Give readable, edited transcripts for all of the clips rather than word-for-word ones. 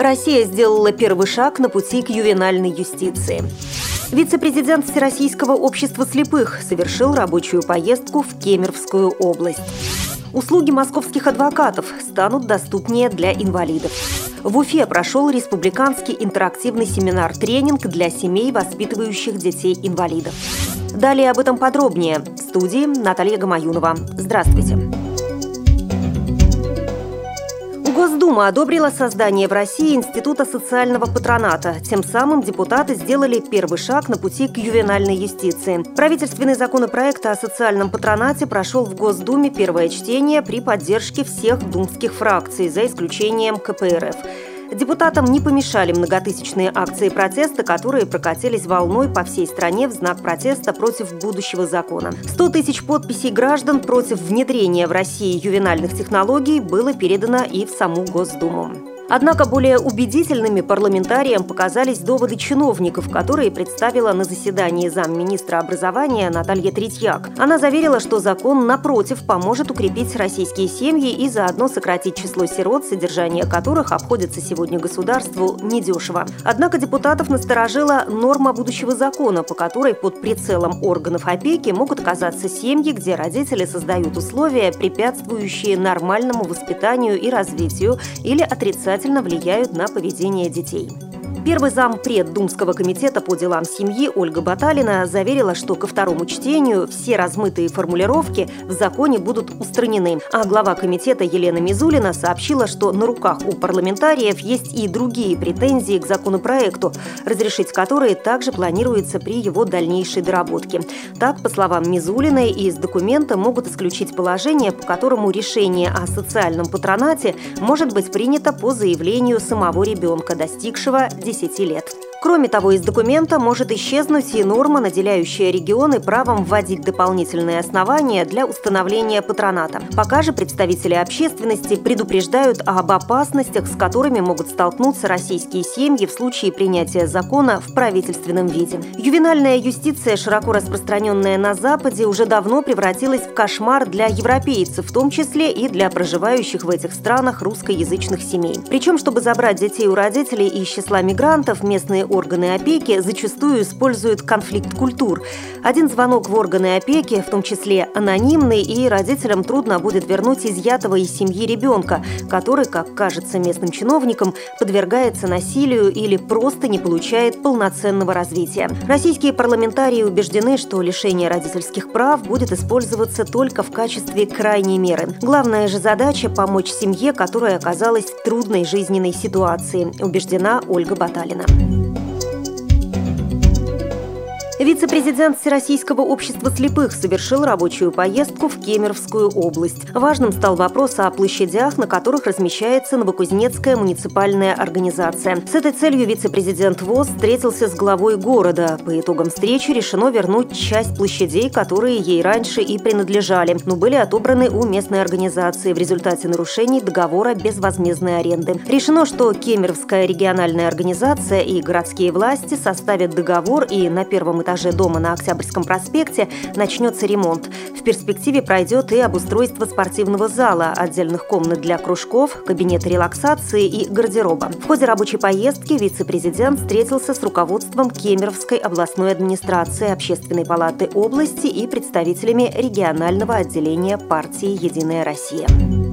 Россия сделала первый шаг на пути к ювенальной юстиции. Вице-президент Всероссийского общества слепых совершил рабочую поездку в Кемеровскую область. Услуги московских адвокатов станут доступнее для инвалидов. В Уфе прошел республиканский интерактивный семинар-тренинг для семей, воспитывающих детей-инвалидов. Далее об этом подробнее. В студии Наталья Гамаюнова. Здравствуйте. Госдума одобрила создание в России Института социального патроната. Тем самым депутаты сделали первый шаг на пути к ювенальной юстиции. Правительственный законопроект о социальном патронате прошел в Госдуме первое чтение при поддержке всех думских фракций, за исключением КПРФ. Депутатам не помешали многотысячные акции протеста, которые прокатились волной по всей стране в знак протеста против будущего закона. 100 тысяч подписей граждан против внедрения в России ювенальных технологий было передано и в саму Госдуму. Однако более убедительными парламентариям показались доводы чиновников, которые представила на заседании замминистра образования Наталья Третьяк. Она заверила, что закон, напротив, поможет укрепить российские семьи и заодно сократить число сирот, содержание которых обходится сегодня государству недешево. Однако депутатов насторожила норма будущего закона, по которой под прицелом органов опеки могут оказаться семьи, где родители создают условия, препятствующие нормальному воспитанию и развитию или отрицательно влияют на поведение детей. Первый зампред Думского комитета по делам семьи Ольга Баталина заверила, что ко второму чтению все размытые формулировки в законе будут устранены. А глава комитета Елена Мизулина сообщила, что на руках у парламентариев есть и другие претензии к законопроекту, разрешить которые также планируется при его дальнейшей доработке. Так, по словам Мизулиной, из документа могут исключить положение, по которому решение о социальном патронате может быть принято по заявлению самого ребенка, достигшего 10 лет. Кроме того, из документа может исчезнуть и норма, наделяющая регионы правом вводить дополнительные основания для установления патроната. Пока же представители общественности предупреждают об опасностях, с которыми могут столкнуться российские семьи в случае принятия закона в правительственном виде. Ювенальная юстиция, широко распространенная на Западе, уже давно превратилась в кошмар для европейцев, в том числе и для проживающих в этих странах русскоязычных семей. Причем, чтобы забрать детей у родителей из числа мигрантов, местные органы опеки зачастую используют конфликт культур. Один звонок в органы опеки, в том числе анонимный, и родителям трудно будет вернуть изъятого из семьи ребенка, который, как кажется местным чиновникам, подвергается насилию или просто не получает полноценного развития. Российские парламентарии убеждены, что лишение родительских прав будет использоваться только в качестве крайней меры. Главная же задача – помочь семье, которая оказалась в трудной жизненной ситуации, убеждена Ольга Баталина. Вице-президент Всероссийского общества слепых совершил рабочую поездку в Кемеровскую область. Важным стал вопрос о площадях, на которых размещается Новокузнецкая муниципальная организация. С этой целью вице-президент ВОС встретился с главой города. По итогам встречи решено вернуть часть площадей, которые ей раньше и принадлежали, но были отобраны у местной организации в результате нарушений договора безвозмездной аренды. Решено, что Кемеровская региональная организация и городские власти составят договор, и на первом этаже дома на Октябрьском проспекте начнется ремонт. В перспективе пройдет и обустройство спортивного зала, отдельных комнат для кружков, кабинета релаксации и гардероба. В ходе рабочей поездки вице-президент встретился с руководством Кемеровской областной администрации, Общественной палаты области и представителями регионального отделения партии «Единая Россия».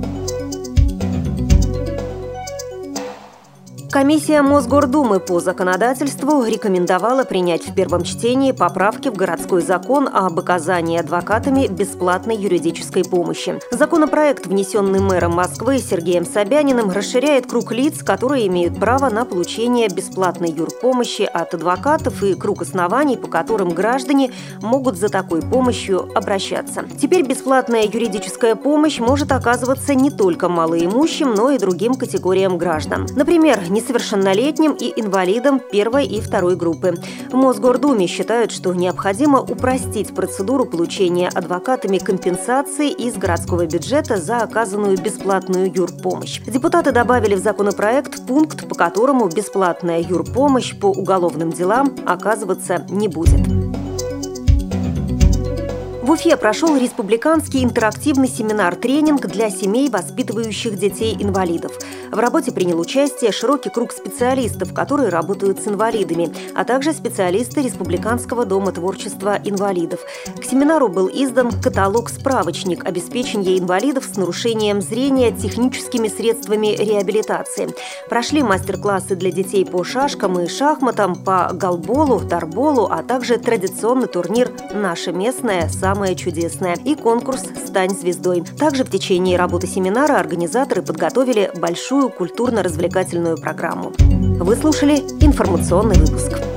Комиссия Мосгордумы по законодательству рекомендовала принять в первом чтении поправки в городской закон об оказании адвокатами бесплатной юридической помощи. Законопроект, внесенный мэром Москвы Сергеем Собяниным, расширяет круг лиц, которые имеют право на получение бесплатной юрпомощи от адвокатов, и круг оснований, по которым граждане могут за такой помощью обращаться. Теперь бесплатная юридическая помощь может оказываться не только малоимущим, но и другим категориям граждан. Например, несовершеннолетним и инвалидам первой и второй группы. В Мосгордуме считают, что необходимо упростить процедуру получения адвокатами компенсации из городского бюджета за оказанную бесплатную юрпомощь. Депутаты добавили в законопроект пункт, по которому бесплатная юрпомощь по уголовным делам оказываться не будет. В Уфе прошел республиканский интерактивный семинар-тренинг для семей, воспитывающих детей-инвалидов. В работе принял участие широкий круг специалистов, которые работают с инвалидами, а также специалисты Республиканского дома творчества инвалидов. К семинару был издан каталог-справочник обеспечения инвалидов с нарушением зрения техническими средствами реабилитации. Прошли мастер-классы для детей по шашкам и шахматам, по голболу, дарболу, а также традиционный турнир «Наша местная самая чудесная» и конкурс «Стань звездой». Также в течение работы семинара организаторы подготовили большую культурно-развлекательную программу. Вы слушали информационный выпуск.